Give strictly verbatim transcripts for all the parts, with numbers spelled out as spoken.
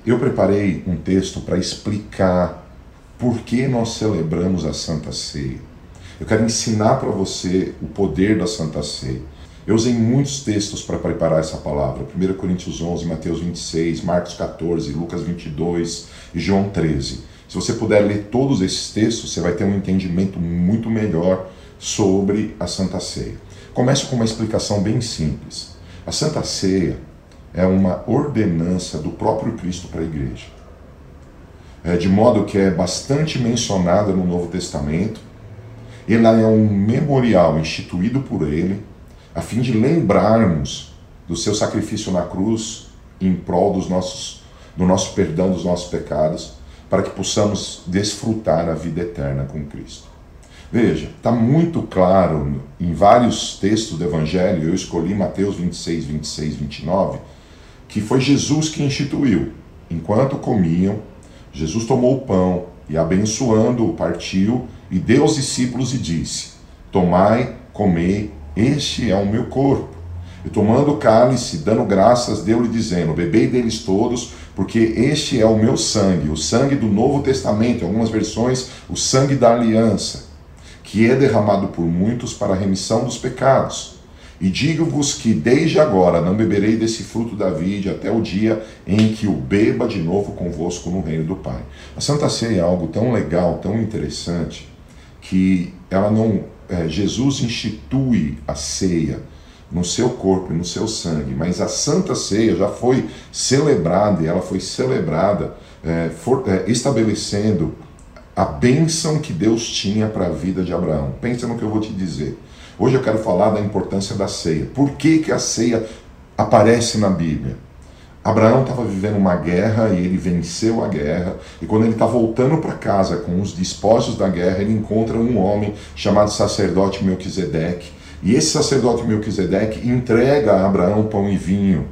eu preparei um texto para explicar por que nós celebramos a Santa Ceia. Eu quero ensinar para você o poder da Santa Ceia. Eu usei muitos textos para preparar essa palavra. primeira Coríntios onze, Mateus vinte e seis, Marcos quatorze, Lucas vinte e dois e João treze. Se você puder ler todos esses textos, você vai ter um entendimento muito melhor sobre a Santa Ceia. Começo com uma explicação bem simples. A Santa Ceia é uma ordenança do próprio Cristo para a igreja. É, de modo que é bastante mencionada no Novo Testamento. Ela é um memorial instituído por ele, a fim de lembrarmos do seu sacrifício na cruz em prol dos nossos, do nosso perdão dos nossos pecados, para que possamos desfrutar a vida eterna com Cristo. Veja, está muito claro em vários textos do Evangelho, eu escolhi Mateus vinte e seis, vinte e seis, vinte e nove, que foi Jesus que instituiu. Enquanto comiam, Jesus tomou o pão e, abençoando-o, partiu e deu aos discípulos e disse: tomai, comei, este é o meu corpo. E tomando o cálice, dando graças, deu-lhe dizendo: bebei deles todos, porque este é o meu sangue, o sangue do Novo Testamento, em algumas versões, o sangue da aliança, que é derramado por muitos para a remissão dos pecados. E digo-vos que desde agora não beberei desse fruto da vide até o dia em que o beba de novo convosco no reino do Pai. A Santa Ceia é algo tão legal, tão interessante, que ela não, é, Jesus institui a ceia no seu corpo e no seu sangue, mas a Santa Ceia já foi celebrada, e ela foi celebrada é, for, é, estabelecendo a bênção que Deus tinha para a vida de Abraão. Pensa no que eu vou te dizer. Hoje eu quero falar da importância da ceia. Por que que a ceia aparece na Bíblia? Abraão estava vivendo uma guerra e ele venceu a guerra. E quando ele está voltando para casa com os despojos da guerra, ele encontra um homem chamado sacerdote Melquisedeque. E esse sacerdote Melquisedeque entrega a Abraão pão e vinho.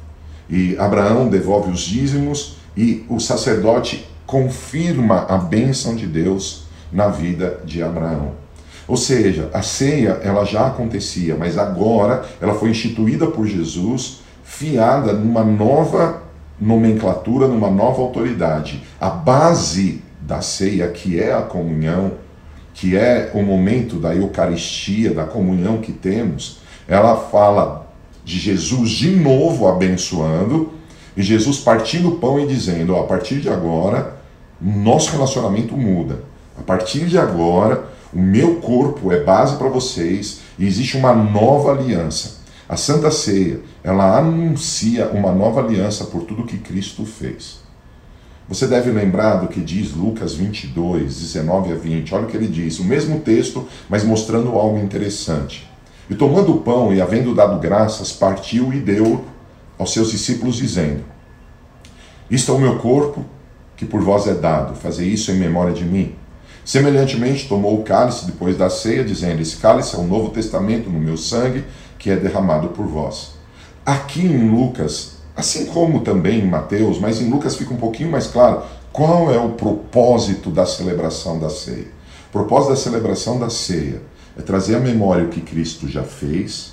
E Abraão devolve os dízimos e o sacerdote confirma a bênção de Deus na vida de Abraão. Ou seja, a ceia ela já acontecia, mas agora ela foi instituída por Jesus, fiada numa nova nomenclatura, numa nova autoridade. A base da ceia, que é a comunhão, que é o momento da Eucaristia, da comunhão que temos, ela fala de Jesus de novo abençoando, e Jesus partindo o pão e dizendo: ó, a partir de agora, nosso relacionamento muda. A partir de agora, o meu corpo é base para vocês e existe uma nova aliança. A Santa Ceia, ela anuncia uma nova aliança por tudo que Cristo fez. Você deve lembrar do que diz Lucas vinte e dois, dezenove a vinte. Olha o que ele diz, o mesmo texto, mas mostrando algo interessante. E tomando o pão e havendo dado graças, partiu e deu aos seus discípulos, dizendo: isto é o meu corpo, que por vós é dado, fazei isso em memória de mim. Semelhantemente, tomou o cálice depois da ceia, dizendo: esse cálice é o Novo Testamento no meu sangue, que é derramado por vós. Aqui em Lucas, assim como também em Mateus, mas em Lucas fica um pouquinho mais claro qual é o propósito da celebração da ceia. O propósito da celebração da ceia é trazer à memória o que Cristo já fez,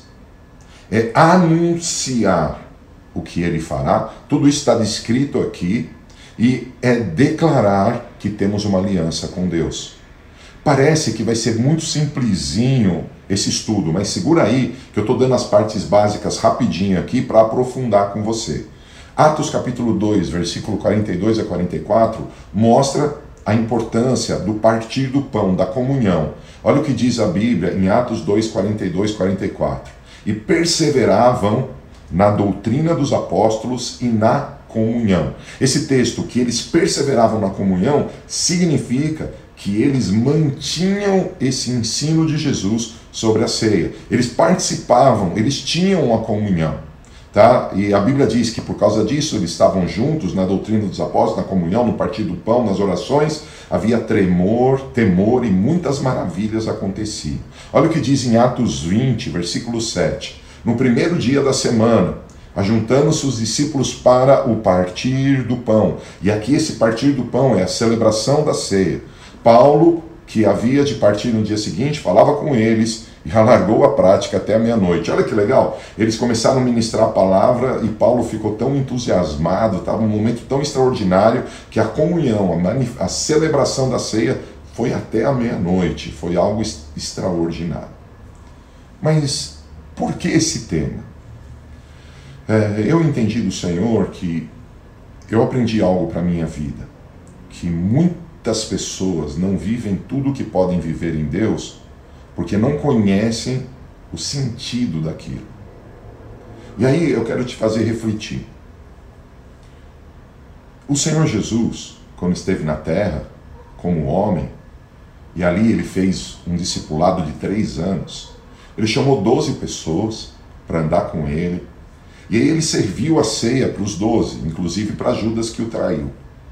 é anunciar o que ele fará, tudo isso está descrito aqui, e é declarar que temos uma aliança com Deus. Parece que vai ser muito simplesinho esse estudo, mas segura aí que eu estou dando as partes básicas rapidinho aqui para aprofundar com você. Atos capítulo dois, versículo quarenta e dois a quarenta e quatro, mostra a importância do partir do pão, da comunhão. Olha o que diz a Bíblia em Atos dois, quarenta e dois, quarenta e quatro. E perseveravam na doutrina dos apóstolos e na comunhão. Esse texto, que eles perseveravam na comunhão, significa que eles mantinham esse ensino de Jesus sobre a ceia. Eles participavam, eles tinham a comunhão. Tá? E a Bíblia diz que por causa disso eles estavam juntos na doutrina dos apóstolos, na comunhão, no partir do pão, nas orações. Havia tremor, temor e muitas maravilhas aconteciam. Olha o que diz em Atos vinte, versículo sete. No primeiro dia da semana, ajuntando-se os discípulos para o partir do pão. E aqui esse partir do pão é a celebração da ceia. Paulo, que havia de partir no dia seguinte, falava com eles e alargou a prática até a meia-noite. Olha que legal, eles começaram a ministrar a palavra e Paulo ficou tão entusiasmado, estava um momento tão extraordinário que a comunhão, a, manif- a celebração da ceia foi até a meia-noite, foi algo es- extraordinário. Mas por que esse tema? É, eu entendi do Senhor que eu aprendi algo para a minha vida, que muitas pessoas não vivem tudo o que podem viver em Deus porque não conhecem o sentido daquilo. E aí eu quero te fazer refletir. O Senhor Jesus, quando esteve na terra, como homem, e ali ele fez um discipulado de três anos, ele chamou doze pessoas para andar com ele, e aí ele serviu a ceia para os doze, inclusive para Judas que o traiu.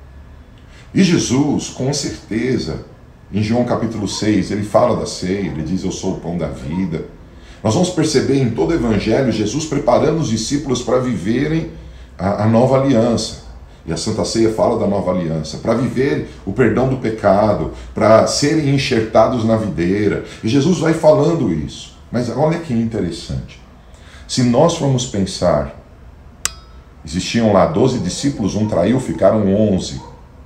E Jesus, com certeza, em João capítulo seis, ele fala da ceia, ele diz, eu sou o pão da vida. Nós vamos perceber em todo o evangelho Jesus preparando os discípulos para viverem a, a nova aliança. E a Santa Ceia fala da nova aliança, para viver o perdão do pecado, para serem enxertados na videira. E Jesus vai falando isso. Mas olha que interessante. Se nós formos pensar, existiam lá doze discípulos, um traiu, ficaram onze.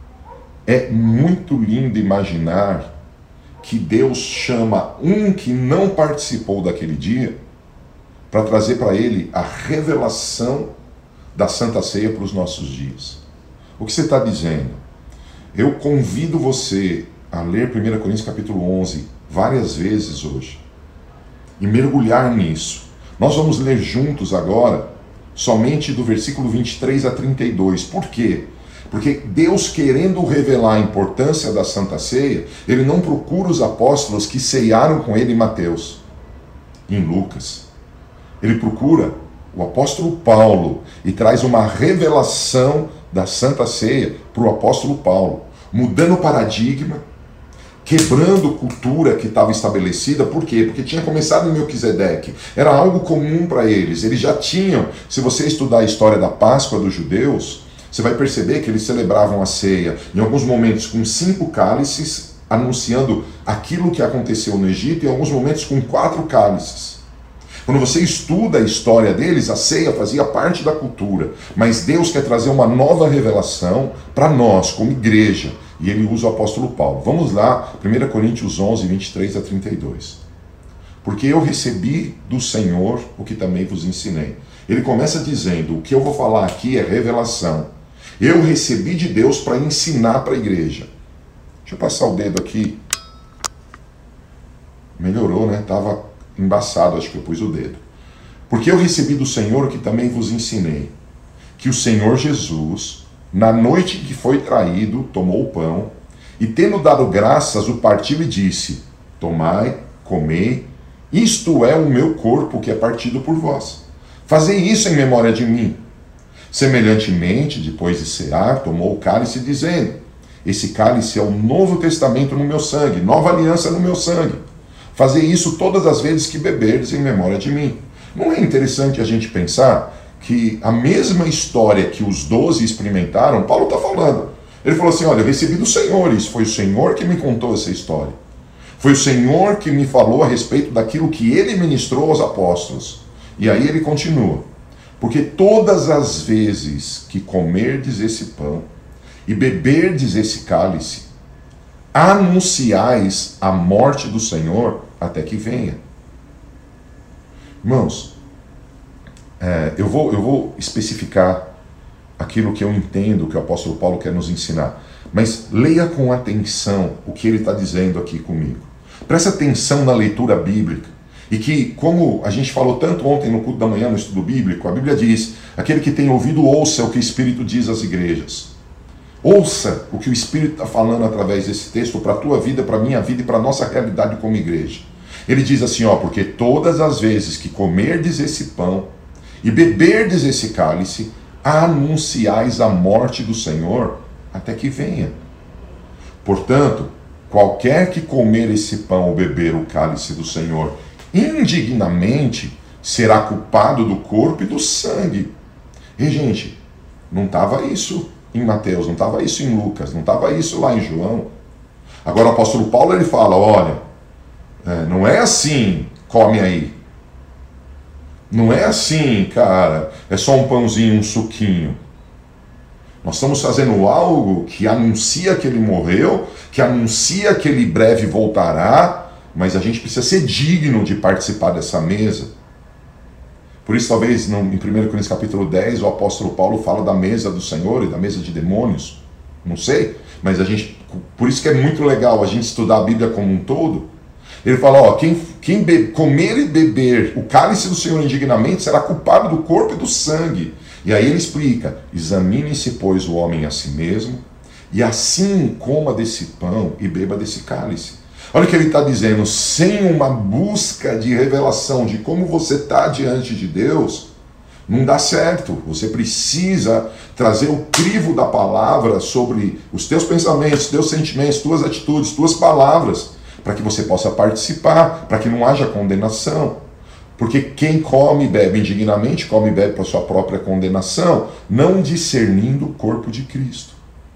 É muito lindo imaginar que Deus chama um que não participou daquele dia para trazer para ele a revelação da Santa Ceia para os nossos dias. O que você está dizendo? Eu convido você a ler primeira Coríntios capítulo onze várias vezes hoje e mergulhar nisso. Nós vamos ler juntos agora somente do versículo vinte e três a trinta e dois. Por quê? Porque Deus, querendo revelar a importância da Santa Ceia, ele não procura os apóstolos que ceiaram com ele em Mateus, em Lucas. Ele procura o apóstolo Paulo e traz uma revelação da Santa Ceia para o apóstolo Paulo, mudando o paradigma, quebrando cultura que estava estabelecida. Por quê? Porque tinha começado em Melquisedeque, era algo comum para eles, eles já tinham, se você estudar a história da Páscoa dos judeus, você vai perceber que eles celebravam a ceia, em alguns momentos com cinco cálices, anunciando aquilo que aconteceu no Egito, e em alguns momentos com quatro cálices. Quando você estuda a história deles, a ceia fazia parte da cultura, mas Deus quer trazer uma nova revelação para nós, como igreja, e ele usa o apóstolo Paulo. Vamos lá, primeira Coríntios onze, vinte e três a trinta e dois. Porque eu recebi do Senhor o que também vos ensinei. Ele começa dizendo, o que eu vou falar aqui é revelação. Eu recebi de Deus para ensinar para a igreja. Deixa eu passar o dedo aqui. Melhorou, né? Estava embaçado, acho que eu pus o dedo. Porque eu recebi do Senhor o que também vos ensinei. Que o Senhor Jesus, na noite que foi traído, tomou o pão, e tendo dado graças, o partiu e disse, tomai, comei, isto é o meu corpo que é partido por vós. Fazei isso em memória de mim. Semelhantemente, depois de cear, tomou o cálice, dizendo, esse cálice é o novo testamento no meu sangue, nova aliança no meu sangue. Fazei isso todas as vezes que beberdes em memória de mim. Não é interessante a gente pensar que a mesma história que os doze experimentaram, Paulo está falando. Ele falou assim, olha, eu recebi do Senhor isso, foi o Senhor que me contou essa história. Foi o Senhor que me falou a respeito daquilo que ele ministrou aos apóstolos. E aí ele continua. Porque todas as vezes que comerdes esse pão e beberdes esse cálice, anunciais a morte do Senhor até que venha. Irmãos, é, eu, vou, eu vou especificar aquilo que eu entendo que o apóstolo Paulo quer nos ensinar. Mas leia com atenção o que ele está dizendo aqui comigo. Presta atenção na leitura bíblica. E que, como a gente falou tanto ontem no culto da manhã, no estudo bíblico, a Bíblia diz, aquele que tem ouvido, ouça o que o Espírito diz às igrejas. Ouça o que o Espírito está falando através desse texto para a tua vida, para a minha vida e para a nossa realidade como igreja. Ele diz assim, ó, porque todas as vezes que comerdes esse pão e beberdes esse cálice, anunciais a morte do Senhor até que venha. Portanto, qualquer que comer esse pão ou beber o cálice do Senhor indignamente, será culpado do corpo e do sangue. E, gente, não estava isso em Mateus, não estava isso em Lucas, não estava isso lá em João. Agora o apóstolo Paulo ele fala, olha, é, não é assim come aí. Não é assim, cara, é só um pãozinho, um suquinho. Nós estamos fazendo algo que anuncia que ele morreu, que anuncia que ele breve voltará, mas a gente precisa ser digno de participar dessa mesa. Por isso, talvez, em primeira Coríntios capítulo dez, o apóstolo Paulo fala da mesa do Senhor e da mesa de demônios. Não sei, mas a gente, por isso que é muito legal a gente estudar a Bíblia como um todo. Ele fala, ó, quem, quem be, comer e beber o cálice do Senhor indignamente será culpado do corpo e do sangue. E aí ele explica, examine-se, pois, o homem a si mesmo, e assim coma desse pão e beba desse cálice. Olha o que ele está dizendo, sem uma busca de revelação de como você está diante de Deus, não dá certo. Você precisa trazer o crivo da palavra sobre os teus pensamentos, teus sentimentos, tuas atitudes, tuas palavras, para que você possa participar, para que não haja condenação. Porque quem come e bebe indignamente, come e bebe para sua própria condenação, não discernindo o corpo de Cristo.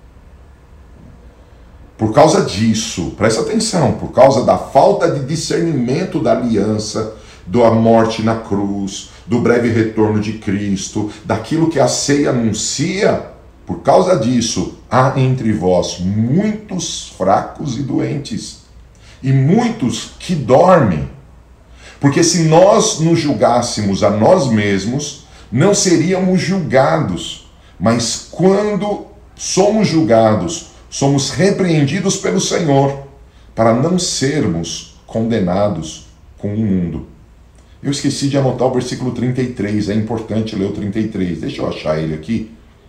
Por causa disso, presta atenção, por causa da falta de discernimento da aliança, da morte na cruz, do breve retorno de Cristo, daquilo que a ceia anuncia, por causa disso, há entre vós muitos fracos e doentes, e muitos que dormem. Porque se nós nos julgássemos a nós mesmos, não seríamos julgados. Mas quando somos julgados, somos repreendidos pelo Senhor, para não sermos condenados com o mundo. Eu esqueci de anotar o versículo trinta e três, é importante ler o trinta e três. Deixa eu achar ele aqui.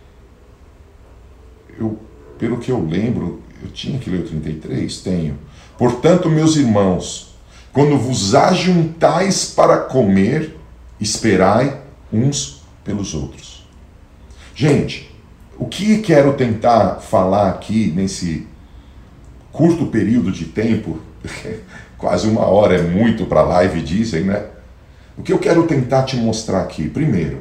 Eu, pelo que eu lembro, eu tinha que ler o trinta e três? Tenho. Portanto, meus irmãos, quando vos ajuntais para comer, esperai uns pelos outros. Gente, o que quero tentar falar aqui nesse curto período de tempo, quase uma hora é muito para a live, dizem, né? O que eu quero tentar te mostrar aqui, primeiro,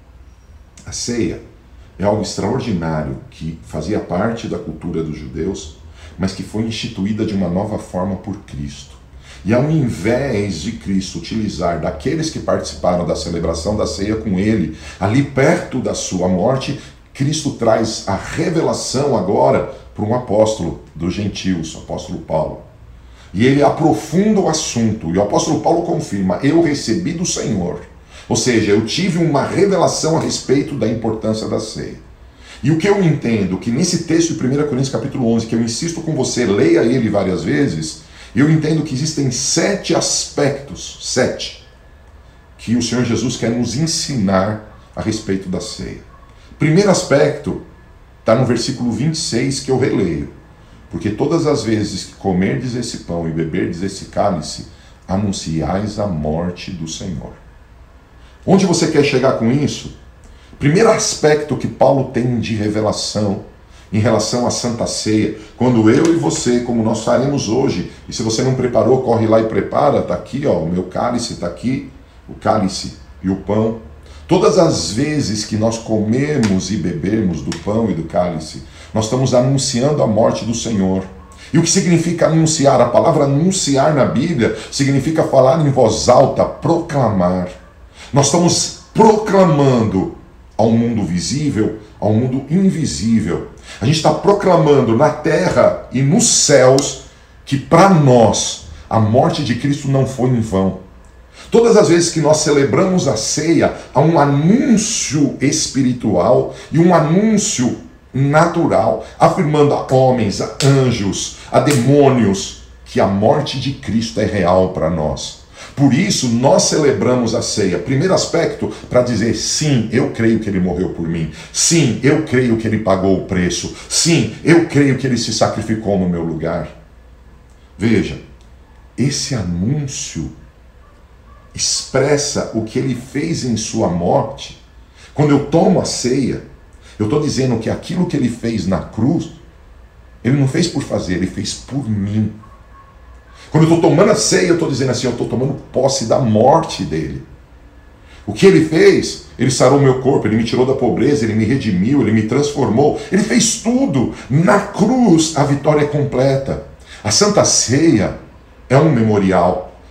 a ceia é algo extraordinário que fazia parte da cultura dos judeus, mas que foi instituída de uma nova forma por Cristo. E ao invés de Cristo utilizar daqueles que participaram da celebração da ceia com ele, ali perto da sua morte, Cristo traz a revelação agora para um apóstolo dos gentios, o apóstolo Paulo. E ele aprofunda o assunto, e o apóstolo Paulo confirma, eu recebi do Senhor. Ou seja, eu tive uma revelação a respeito da importância da ceia. E o que eu entendo, que nesse texto de primeira Coríntios capítulo onze, que eu insisto com você, leia ele várias vezes, eu entendo que existem sete aspectos, sete, que o Senhor Jesus quer nos ensinar a respeito da ceia. Primeiro aspecto está no versículo vinte e seis, que eu releio. Porque todas as vezes que comerdes esse pão e beberdes esse cálice, anunciais a morte do Senhor. Onde você quer chegar com isso? Primeiro aspecto que Paulo tem de revelação em relação à Santa Ceia, quando eu e você, como nós faremos hoje, e se você não preparou, corre lá e prepara, está aqui, ó, o meu cálice está aqui, o cálice e o pão. Todas as vezes que nós comemos e bebermos do pão e do cálice, nós estamos anunciando a morte do Senhor. E o que significa anunciar? A palavra anunciar na Bíblia significa falar em voz alta, proclamar. Nós estamos proclamando ao mundo visível, ao mundo invisível. A gente está proclamando na terra e nos céus que para nós a morte de Cristo não foi em vão. Todas as vezes que nós celebramos a ceia, há um anúncio espiritual e um anúncio natural, afirmando a homens, a anjos, a demônios, que a morte de Cristo é real para nós. Por isso, nós celebramos a ceia. Primeiro aspecto, para dizer, sim, eu creio que ele morreu por mim. Sim, eu creio que ele pagou o preço. Sim, eu creio que ele se sacrificou no meu lugar. Veja, esse anúncio expressa o que ele fez em sua morte. Quando eu tomo a ceia, eu estou dizendo que aquilo que ele fez na cruz, ele não fez por fazer, ele fez por mim. Quando eu estou tomando a ceia, eu estou dizendo assim, eu estou tomando posse da morte dele. O que ele fez? Ele sarou meu corpo, ele me tirou da pobreza, ele me redimiu, ele me transformou. Ele fez tudo. Na cruz, a vitória é completa. A Santa Ceia é um memorial.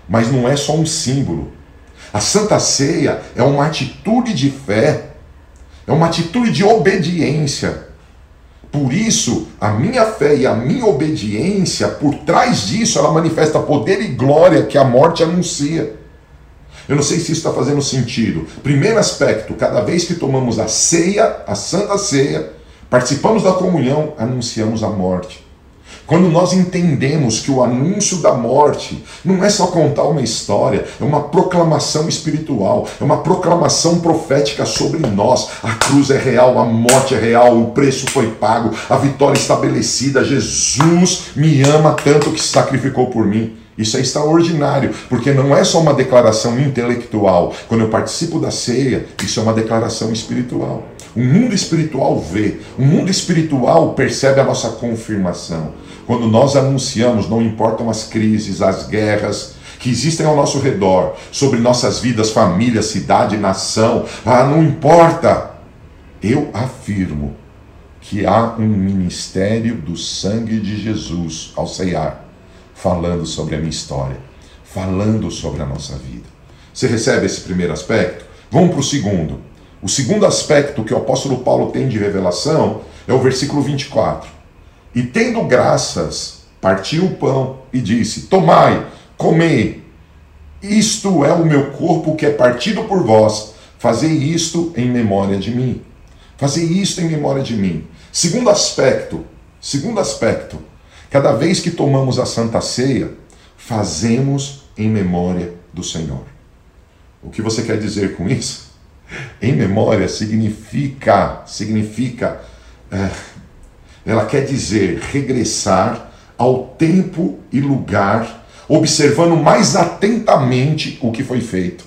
mas não é só um símbolo. A Santa Ceia é uma atitude de fé, é uma atitude de obediência. Por isso, a minha fé e a minha obediência, por trás disso, ela manifesta poder e glória que a morte anuncia. Eu não sei se isso está fazendo sentido. Primeiro aspecto, cada vez que tomamos a ceia, a Santa Ceia, participamos da comunhão, anunciamos a morte. Quando nós entendemos que o anúncio da morte não é só contar uma história, é uma proclamação espiritual, é uma proclamação profética sobre nós. A cruz é real, a morte é real, o preço foi pago, a vitória estabelecida. Jesus me ama tanto que se sacrificou por mim. Isso é extraordinário, porque não é só uma declaração intelectual. Quando eu participo da ceia, isso é uma declaração espiritual. O mundo espiritual vê, o mundo espiritual percebe a nossa confirmação. Quando nós anunciamos, não importam as crises, as guerras que existem ao nosso redor, sobre nossas vidas, família, cidade, nação, ah, não importa. Eu afirmo que há um ministério do sangue de Jesus ao ceiar, falando sobre a minha história, falando sobre a nossa vida. Você recebe esse primeiro aspecto? Vamos para o segundo. O segundo aspecto que o apóstolo Paulo tem de revelação é o versículo vinte e quatro. E tendo graças, partiu o pão e disse: tomai, comei, isto é o meu corpo que é partido por vós, fazei isto em memória de mim. Fazei isto em memória de mim. Segundo aspecto, segundo aspecto, cada vez que tomamos a Santa Ceia, fazemos em memória do Senhor. O que você quer dizer com isso? Em memória significa, significa, é, ela quer dizer regressar ao tempo e lugar, observando mais atentamente o que foi feito.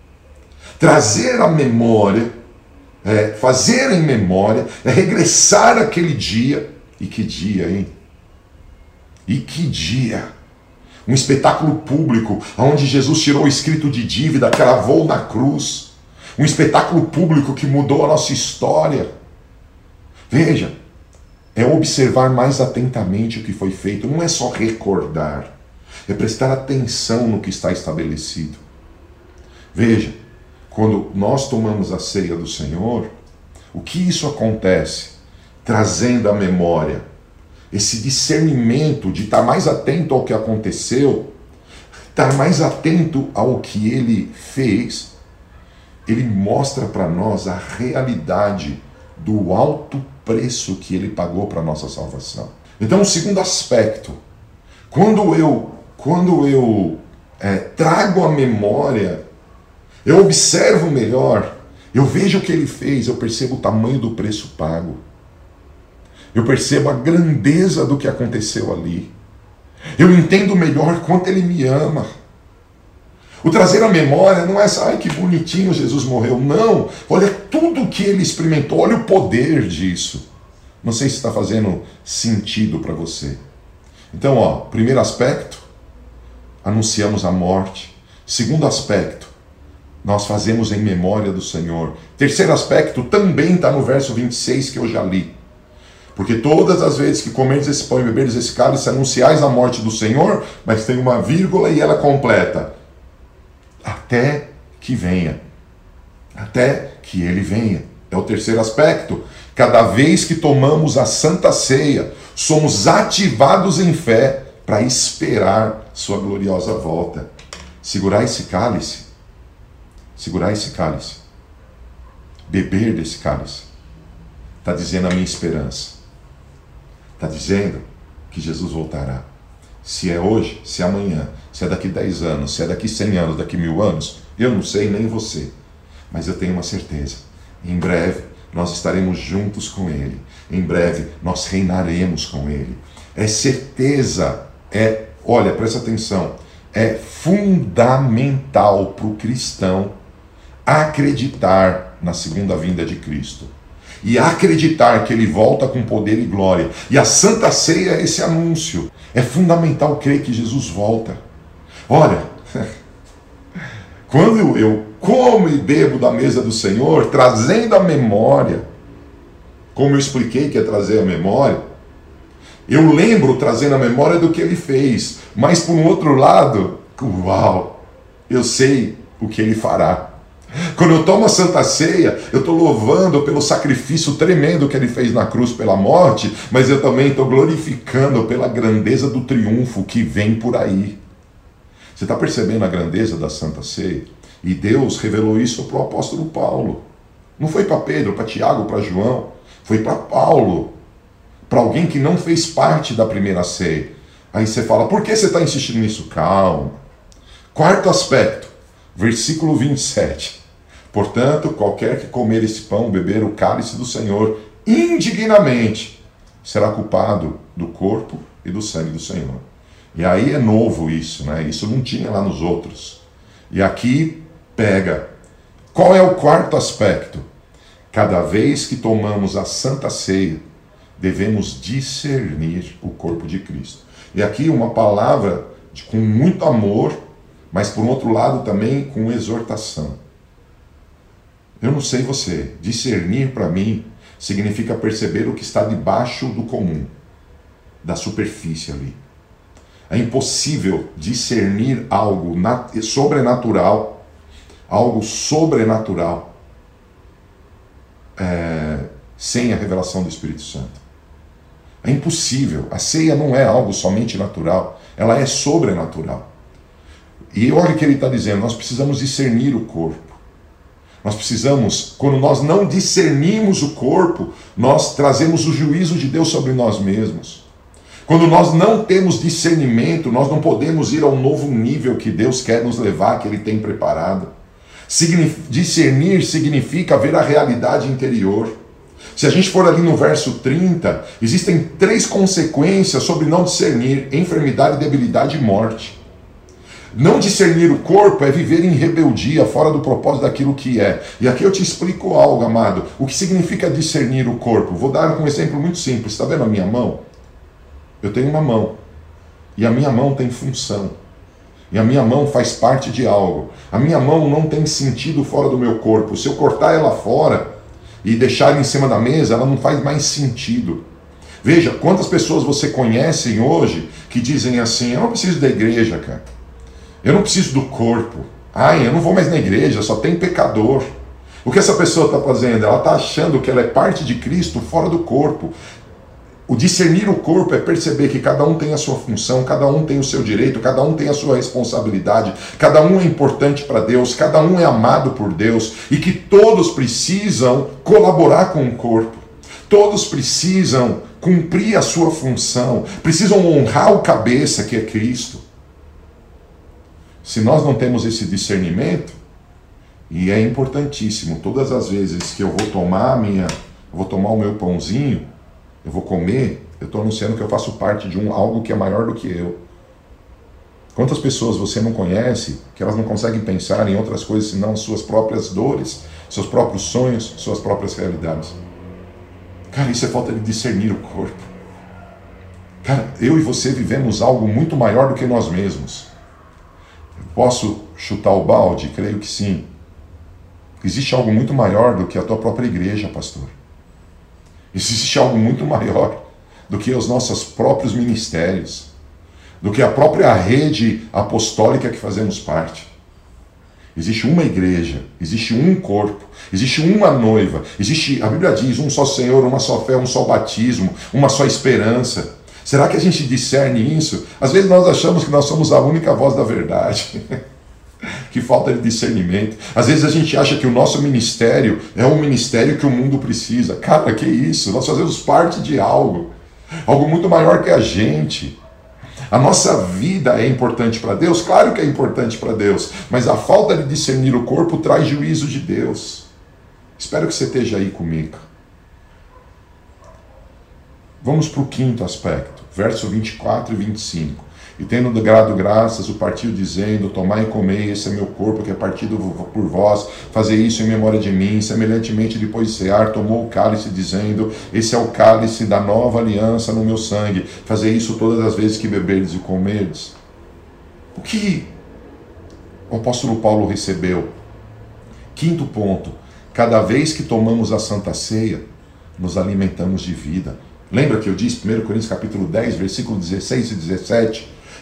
Trazer a memória, é, fazer em memória, é regressar àquele dia. E que dia, hein? E que dia! Um espetáculo público, onde Jesus tirou o escrito de dívida, cravou na cruz. Um espetáculo público que mudou a nossa história. Veja, é observar mais atentamente o que foi feito. Não é só recordar, é prestar atenção no que está estabelecido. Veja, quando nós tomamos a ceia do Senhor, o que isso acontece? Trazendo à memória esse discernimento de estar mais atento ao que aconteceu, estar mais atento ao que Ele fez. Ele mostra para nós a realidade do alto preço que Ele pagou para a nossa salvação. Então, o segundo aspecto, quando eu, quando eu é, trago a memória, eu observo melhor, eu vejo o que Ele fez, eu percebo o tamanho do preço pago. Eu percebo a grandeza do que aconteceu ali. Eu entendo melhor quanto Ele me ama. O trazer a memória não é só, ai que bonitinho Jesus morreu. Não, olha tudo que Ele experimentou, olha o poder disso. Não sei se está fazendo sentido para você. Então, ó, primeiro aspecto, anunciamos a morte. Segundo aspecto, nós fazemos em memória do Senhor. Terceiro aspecto também está no verso vinte e seis que eu já li. Porque todas as vezes que comerdes esse pão e beberdes esse cálice, anunciais a morte do Senhor, mas tem uma vírgula e ela completa. Até que venha. Até que Ele venha. É o terceiro aspecto. Cada vez que tomamos a Santa Ceia, somos ativados em fé para esperar sua gloriosa volta. Segurar esse cálice. Segurar esse cálice. Beber desse cálice. Está dizendo a minha esperança. Está dizendo que Jesus voltará. Se é hoje, se é amanhã, se é daqui dez anos, se é daqui cem anos, daqui mil anos, eu não sei, nem você. Mas eu tenho uma certeza. Em breve nós estaremos juntos com Ele. Em breve nós reinaremos com Ele. É certeza, é, olha, presta atenção, é fundamental para o cristão acreditar na segunda vinda de Cristo. E acreditar que Ele volta com poder e glória. E a Santa Ceia é esse anúncio. É fundamental crer que Jesus volta. Olha, quando eu como e bebo da mesa do Senhor, trazendo a memória, como eu expliquei que é trazer a memória, eu lembro trazendo a memória do que Ele fez. Mas por um outro lado, Uau! Eu sei o que ele fará. Quando eu tomo a Santa Ceia, eu estou louvando pelo sacrifício tremendo que ele fez na cruz pela morte, mas eu também estou glorificando pela grandeza do triunfo que vem por aí. Você está percebendo a grandeza da Santa Ceia? E Deus revelou isso para o apóstolo Paulo. Não foi para Pedro, para Tiago, para João. Foi para Paulo. Para alguém que não fez parte da primeira ceia. Aí você fala, por que você está insistindo nisso? Calma. Quarto aspecto, versículo vinte e sete. Portanto, qualquer que comer esse pão, beber o cálice do Senhor indignamente, será culpado do corpo e do sangue do Senhor. E aí é novo isso, né? Isso não tinha lá nos outros. E aqui pega. Qual é o quarto aspecto? Cada vez que tomamos a Santa Ceia, devemos discernir o corpo de Cristo. E aqui uma palavra de, com muito amor, mas por outro lado também com exortação. Eu não sei você, discernir para mim significa perceber o que está debaixo do comum, da superfície ali. É impossível discernir algo sobrenatural, algo sobrenatural, é, sem a revelação do Espírito Santo. É impossível. A ceia não é algo somente natural, ela é sobrenatural. E olha o que ele está dizendo, nós precisamos discernir o corpo. Nós precisamos, quando nós não discernimos o corpo, nós trazemos o juízo de Deus sobre nós mesmos. Quando nós não temos discernimento, nós não podemos ir ao novo nível que Deus quer nos levar, que Ele tem preparado. Discernir significa ver a realidade interior. Se a gente for ali no verso trinta, existem três consequências sobre não discernir: enfermidade, debilidade e morte. Não discernir o corpo é viver em rebeldia, fora do propósito daquilo que é. E aqui eu te explico algo, amado. O que significa discernir o corpo? Vou dar um exemplo muito simples. Está vendo a minha mão? Eu tenho uma mão. E a minha mão tem função. E a minha mão faz parte de algo. A minha mão não tem sentido fora do meu corpo. Se eu cortar ela fora e deixar ela em cima da mesa, ela não faz mais sentido. Veja, quantas pessoas você conhece hoje que dizem assim, eu não preciso da igreja, cara. Eu não preciso do corpo. Ai, eu não vou mais na igreja, só tem pecador. O que essa pessoa está fazendo? Ela está achando que ela é parte de Cristo fora do corpo. O discernir o corpo é perceber que cada um tem a sua função, cada um tem o seu direito, cada um tem a sua responsabilidade, cada um é importante para Deus, cada um é amado por Deus e que todos precisam colaborar com o corpo. Todos precisam cumprir a sua função, precisam honrar o cabeça que é Cristo. Se nós não temos esse discernimento, e é importantíssimo, todas as vezes que eu vou tomar a minha, eu vou tomar o meu pãozinho, eu vou comer, eu estou anunciando que eu faço parte de um, algo que é maior do que eu. Quantas pessoas você não conhece que elas não conseguem pensar em outras coisas senão suas próprias dores, seus próprios sonhos, suas próprias realidades? Cara, isso é falta de discernir o corpo. Cara, eu e você vivemos algo muito maior do que nós mesmos. Posso chutar o balde? Creio que sim. Existe algo muito maior do que a tua própria igreja, pastor. Existe algo muito maior do que os nossos próprios ministérios, do que a própria rede apostólica que fazemos parte. Existe uma igreja, existe um corpo, existe uma noiva, existe, a Bíblia diz, um só Senhor, uma só fé, um só batismo, uma só esperança. Será que a gente discerne isso? Às vezes nós achamos que nós somos a única voz da verdade. Que falta de discernimento. Às vezes a gente acha que o nosso ministério é um ministério que o mundo precisa. Cara, que isso? Nós fazemos parte de algo. Algo muito maior que a gente. A nossa vida é importante para Deus? Claro que é importante para Deus. Mas a falta de discernir o corpo traz juízo de Deus. Espero que você esteja aí comigo. Vamos para o quinto aspecto. Verso vinte e quatro e vinte e cinco. E tendo dado graças, o partiu dizendo, tomai e comei, esse é meu corpo que é partido por vós, fazei isso em memória de mim. Semelhantemente, depois de cear, tomou o cálice, dizendo, esse é o cálice da nova aliança no meu sangue, fazei isso todas as vezes que beberdes e comerdes. O que o apóstolo Paulo recebeu? Quinto ponto, cada vez que tomamos a Santa Ceia, nos alimentamos de vida. Lembra que eu disse, primeira Coríntios capítulo dez, versículo dezesseis e dezessete?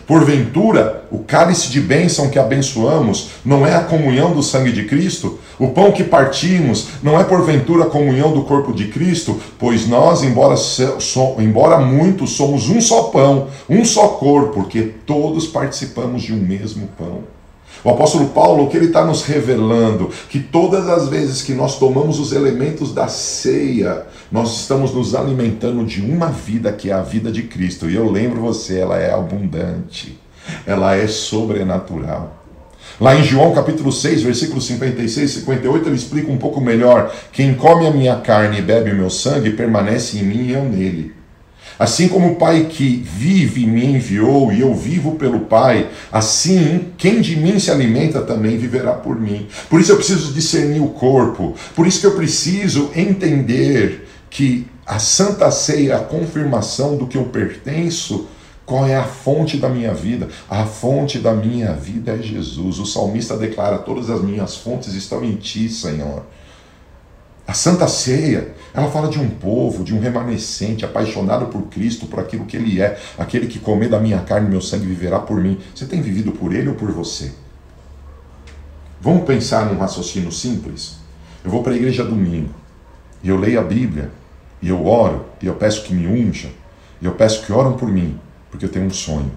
Porventura, o cálice de bênção que abençoamos não é a comunhão do sangue de Cristo? O pão que partimos não é porventura a comunhão do corpo de Cristo? Pois nós, embora, so, embora muitos, somos um só pão, um só corpo, porque todos participamos de um mesmo pão. O apóstolo Paulo, o que ele está nos revelando? Que todas as vezes que nós tomamos os elementos da ceia, nós estamos nos alimentando de uma vida que é a vida de Cristo. E eu lembro você, ela é abundante, ela é sobrenatural. Lá em João capítulo seis, versículos cinquenta e seis e cinquenta e oito, ele explica um pouco melhor. Quem come a minha carne e bebe o meu sangue, permanece em mim e eu nele. Assim como o Pai que vive me enviou e eu vivo pelo Pai, assim quem de mim se alimenta também viverá por mim. Por isso eu preciso discernir o corpo. Por isso que eu preciso entender que a Santa Ceia é a confirmação do que eu pertenço. Qual é a fonte da minha vida? A fonte da minha vida é Jesus. O salmista declara: todas as minhas fontes estão em ti, Senhor. A Santa Ceia, ela fala de um povo, de um remanescente apaixonado por Cristo, por aquilo que Ele é. Aquele que comer da minha carne e meu sangue viverá por mim. Você tem vivido por Ele ou por você? Vamos pensar num raciocínio simples? Eu vou para a igreja domingo, e eu leio a Bíblia, e eu oro, e eu peço que me unjam, e eu peço que oram por mim, porque eu tenho um sonho.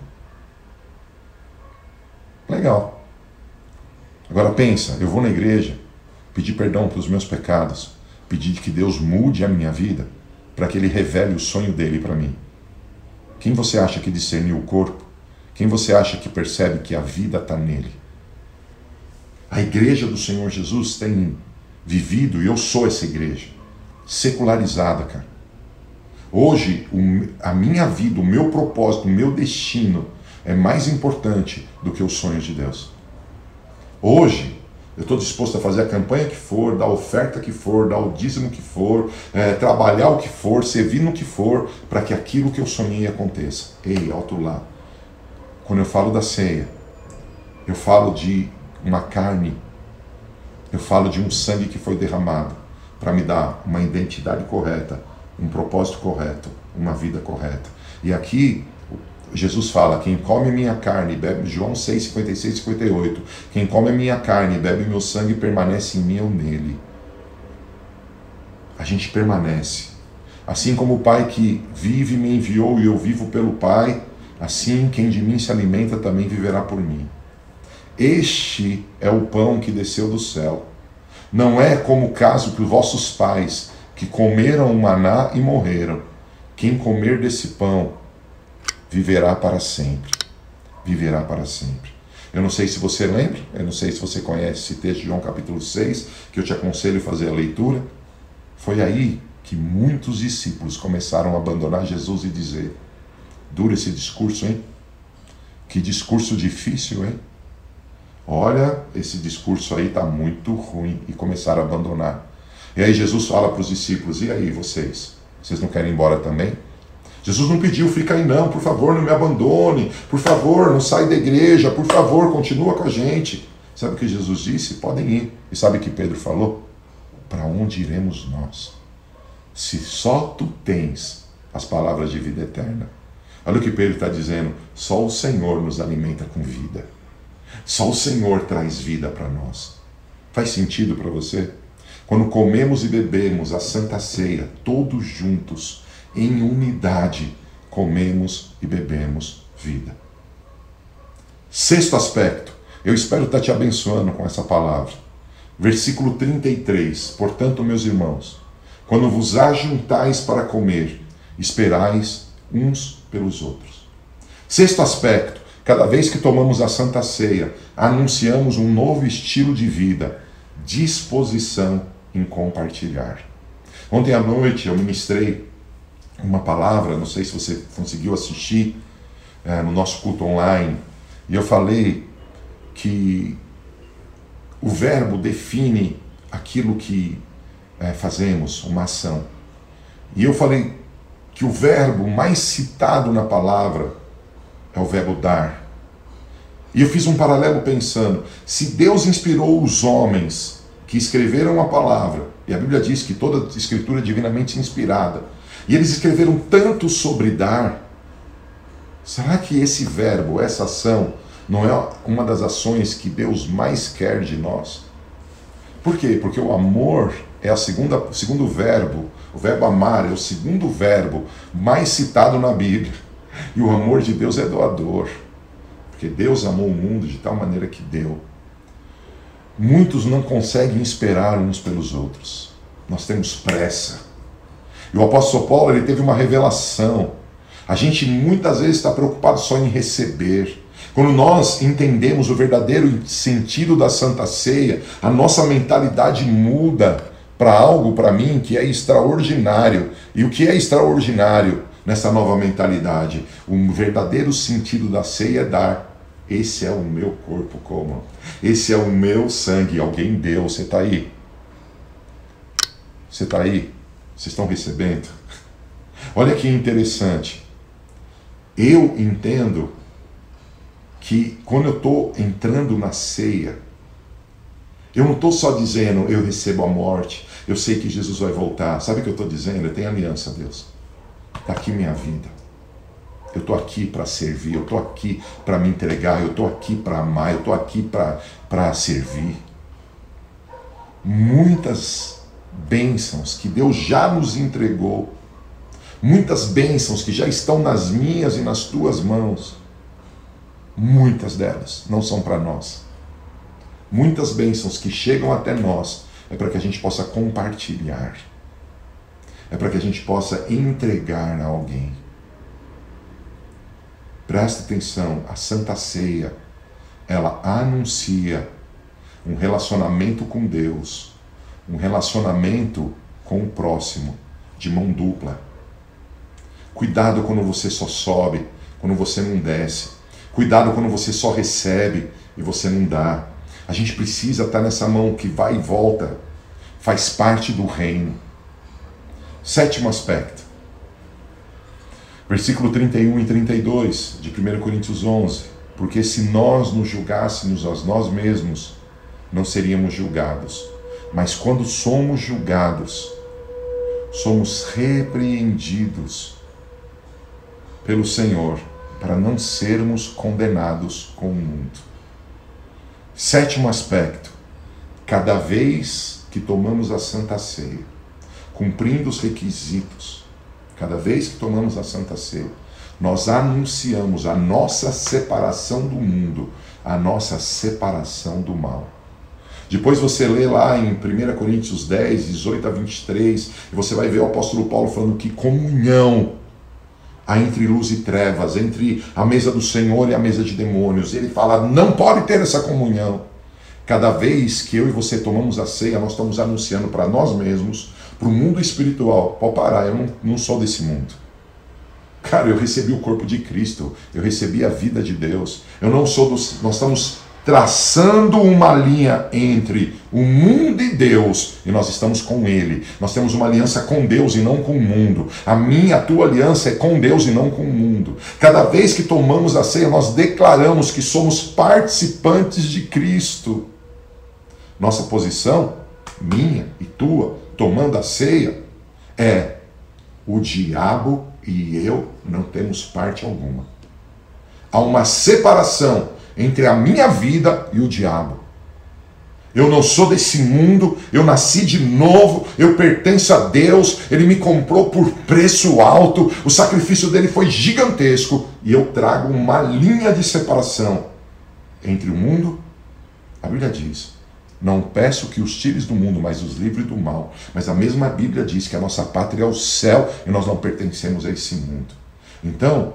Legal. Agora pensa, eu vou na igreja, pedir perdão pelos meus pecados, pedir que Deus mude a minha vida, para que Ele revele o sonho dele para mim. Quem você acha que discerniu o corpo? Quem você acha que percebe que a vida está nele? A igreja do Senhor Jesus tem vivido, e eu sou essa igreja, secularizada, cara. Hoje, a minha vida, o meu propósito, o meu destino é mais importante do que os sonhos de Deus. Hoje, eu estou disposto a fazer a campanha que for, dar a oferta que for, dar o dízimo que for, é, trabalhar o que for, servir no que for, para que aquilo que eu sonhei aconteça. Ei, alto lá. Quando eu falo da ceia, eu falo de uma carne, eu falo de um sangue que foi derramado para me dar uma identidade correta, um propósito correto, uma vida correta. E aqui Jesus fala: quem come a minha carne e bebe, João seis, cinquenta e seis e cinquenta e oito, quem come a minha carne e bebe meu sangue permanece em mim ou nele. A gente permanece. Assim como o Pai que vive me enviou e eu vivo pelo Pai, assim quem de mim se alimenta também viverá por mim. Este é o pão que desceu do céu. Não é como o caso que os vossos pais, que comeram o maná e morreram. Quem comer desse pão viverá para sempre. Viverá para sempre. Eu não sei se você lembra, eu não sei se você conhece esse texto de João capítulo seis, que eu te aconselho a fazer a leitura. Foi aí que muitos discípulos começaram a abandonar Jesus e dizer: duro esse discurso, hein? Que discurso difícil, hein? Olha, esse discurso aí está muito ruim. E começaram a abandonar. E aí Jesus fala para os discípulos: e aí vocês? Vocês não querem ir embora também? Jesus não pediu: fica aí não, por favor, não me abandone, por favor, não sai da igreja, por favor, continua com a gente. Sabe o que Jesus disse? Podem ir. E sabe o que Pedro falou? Para onde iremos nós? Se só tu tens as palavras de vida eterna. Olha o que Pedro está dizendo: só o Senhor nos alimenta com vida. Só o Senhor traz vida para nós. Faz sentido para você? Quando comemos e bebemos a Santa Ceia, todos juntos, em unidade, comemos e bebemos vida. Sexto aspecto, eu espero estar te abençoando com essa palavra. Versículo trinta e três, portanto, meus irmãos, quando vos ajuntais para comer, esperais uns pelos outros. Sexto aspecto, cada vez que tomamos a Santa Ceia, anunciamos um novo estilo de vida, disposição em compartilhar. Ontem à noite eu ministrei uma palavra, não sei se você conseguiu assistir é, no nosso culto online, e eu falei que o verbo define aquilo que é, fazemos, uma ação. E eu falei que o verbo mais citado na palavra é o verbo dar. E eu fiz um paralelo pensando, se Deus inspirou os homens que escreveram a palavra, e a Bíblia diz que toda a escritura é divinamente inspirada, e eles escreveram tanto sobre dar, Será que esse verbo, essa ação, não é uma das ações que Deus mais quer de nós? Por quê? Porque o amor é a segunda, o segundo verbo, o verbo amar é o segundo verbo mais citado na Bíblia. E o amor de Deus é doador. Porque Deus amou o mundo de tal maneira que deu. Muitos não conseguem esperar uns pelos outros. Nós temos pressa. E o apóstolo Paulo, ele teve uma revelação. A gente muitas vezes está preocupado só em receber. Quando nós entendemos o verdadeiro sentido da Santa Ceia, a nossa mentalidade muda para algo, para mim, que é extraordinário. E o que é extraordinário nessa nova mentalidade? O verdadeiro sentido da ceia é dar. Esse é o meu corpo, como? Esse é o meu sangue. Alguém deu. Você está aí? Você está aí? Vocês estão recebendo? Olha que interessante. Eu entendo que quando eu estou entrando na ceia, eu não estou só dizendo, eu recebo a morte, eu sei que Jesus vai voltar. Sabe o que eu estou dizendo? Eu tenho aliança, Deus. Está aqui minha vida. Eu estou aqui para servir, eu estou aqui para me entregar, eu estou aqui para amar, eu estou aqui para servir. Muitas bênçãos que Deus já nos entregou, muitas bênçãos que já estão nas minhas e nas tuas mãos, muitas delas não são para nós. Muitas bênçãos que chegam até nós é para que a gente possa compartilhar, é para que a gente possa entregar a alguém. Presta atenção, a Santa Ceia, ela anuncia um relacionamento com Deus, um relacionamento com o próximo, de mão dupla. Cuidado quando você só sobe, quando você não desce. Cuidado quando você só recebe e você não dá. A gente precisa estar nessa mão que vai e volta, faz parte do reino. Sétimo aspecto. Versículo trinta e um e trinta e dois de primeira Coríntios onze. Porque se nós nos julgássemos a nós mesmos, não seríamos julgados. Mas quando somos julgados, somos repreendidos pelo Senhor, para não sermos condenados com o mundo. Sétimo aspecto. Cada vez que tomamos a Santa Ceia, cumprindo os requisitos, cada vez que tomamos a Santa Ceia, nós anunciamos a nossa separação do mundo, a nossa separação do mal. Depois você lê lá em primeira Coríntios dez, dezoito a vinte e três, e você vai ver o apóstolo Paulo falando que comunhão há entre luz e trevas, entre a mesa do Senhor e a mesa de demônios. Ele fala, não pode ter essa comunhão. Cada vez que eu e você tomamos a ceia, nós estamos anunciando para nós mesmos, para o mundo espiritual, pode parar, eu não, não sou desse mundo. Cara, eu recebi o corpo de Cristo, eu recebi a vida de Deus. Eu não sou dos... Nós estamos traçando uma linha entre o mundo e Deus, e nós estamos com Ele. Nós temos uma aliança com Deus e não com o mundo. A minha, a tua aliança é com Deus e não com o mundo. Cada vez que tomamos a ceia, nós declaramos que somos participantes de Cristo. Nossa posição, minha e tua, tomando a ceia, é o diabo e eu não temos parte alguma. Há uma separação entre a minha vida e o diabo. Eu não sou desse mundo, eu nasci de novo, eu pertenço a Deus, Ele me comprou por preço alto, o sacrifício dele foi gigantesco, e eu trago uma linha de separação entre o mundo. A Bíblia diz, não peço que os tires do mundo, mas os livre do mal. Mas a mesma Bíblia diz que a nossa pátria é o céu, e nós não pertencemos a esse mundo. Então,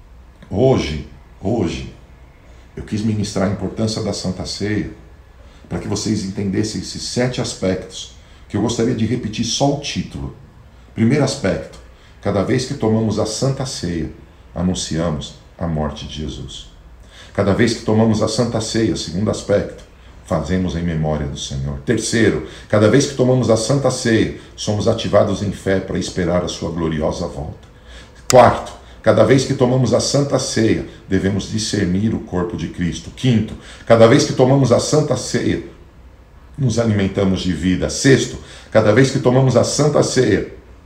hoje, hoje, eu quis ministrar a importância da Santa Ceia, para que vocês entendessem esses sete aspectos, que eu gostaria de repetir só o título. Primeiro aspecto, cada vez que tomamos a Santa Ceia, anunciamos a morte de Jesus. Cada vez que tomamos a Santa Ceia, segundo aspecto, fazemos em memória do Senhor. Terceiro, cada vez que tomamos a Santa Ceia, somos ativados em fé para esperar a sua gloriosa volta. Quarto, cada vez que tomamos a Santa Ceia, devemos discernir o corpo de Cristo. Quinto, cada vez que tomamos a Santa Ceia, nos alimentamos de vida. Sexto, cada vez que tomamos a Santa Ceia,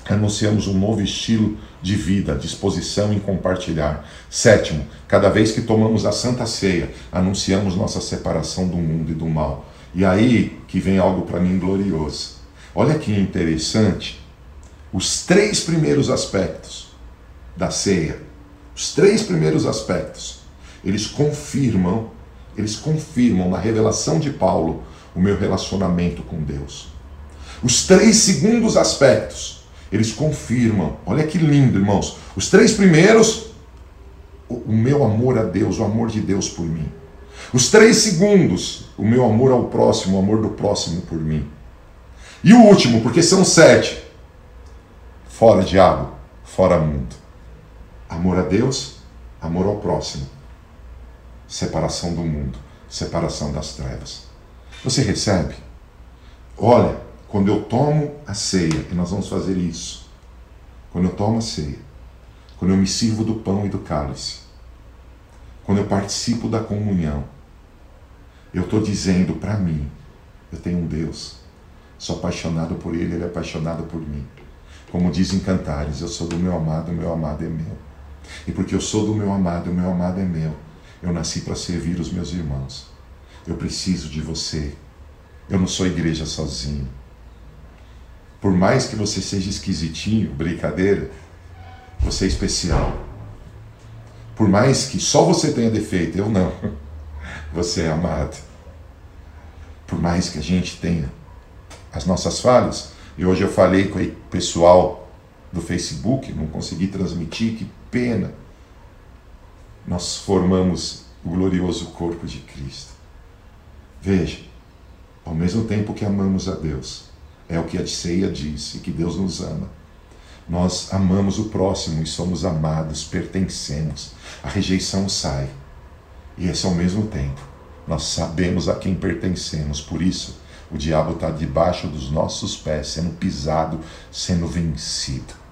anunciamos um novo estilo de vida, disposição em compartilhar. Sétimo, cada vez que tomamos a Santa Ceia, anunciamos nossa separação do mundo e do mal. E aí que vem algo para mim glorioso. Olha que interessante, os três primeiros aspectos da ceia, os três primeiros aspectos, eles confirmam, eles confirmam na revelação de Paulo o meu relacionamento com Deus. Os três segundos aspectos, eles confirmam, olha que lindo, irmãos, os três primeiros, o, o meu amor a Deus, o amor de Deus por mim. Os três segundos, o meu amor ao próximo, o amor do próximo por mim. E o último, porque são sete, fora diabo, fora mundo. Amor a Deus, amor ao próximo, separação do mundo, separação das trevas. Você recebe? Olha, quando eu tomo a ceia, e nós vamos fazer isso, quando eu tomo a ceia, quando eu me sirvo do pão e do cálice, quando eu participo da comunhão, eu estou dizendo para mim, eu tenho um Deus, sou apaixonado por Ele, Ele é apaixonado por mim. Como dizem Cantares, eu sou do meu amado, o meu amado é meu. E porque eu sou do meu amado, o meu amado é meu, eu nasci para servir os meus irmãos. Eu preciso de você. Eu não sou igreja sozinho. Por mais que você seja esquisitinho, brincadeira, você é especial. Por mais que só você tenha defeito, eu não. Você é amado. Por mais que a gente tenha as nossas falhas, e hoje eu falei com o pessoal do Facebook, não consegui transmitir, que pena. Nós formamos o glorioso corpo de Cristo. Veja, ao mesmo tempo que amamos a Deus, é o que a ceia diz, e que Deus nos ama. Nós amamos o próximo e somos amados, pertencemos. A rejeição sai. E esse ao mesmo tempo, nós sabemos a quem pertencemos. Por isso, o diabo está debaixo dos nossos pés, sendo pisado, sendo vencido.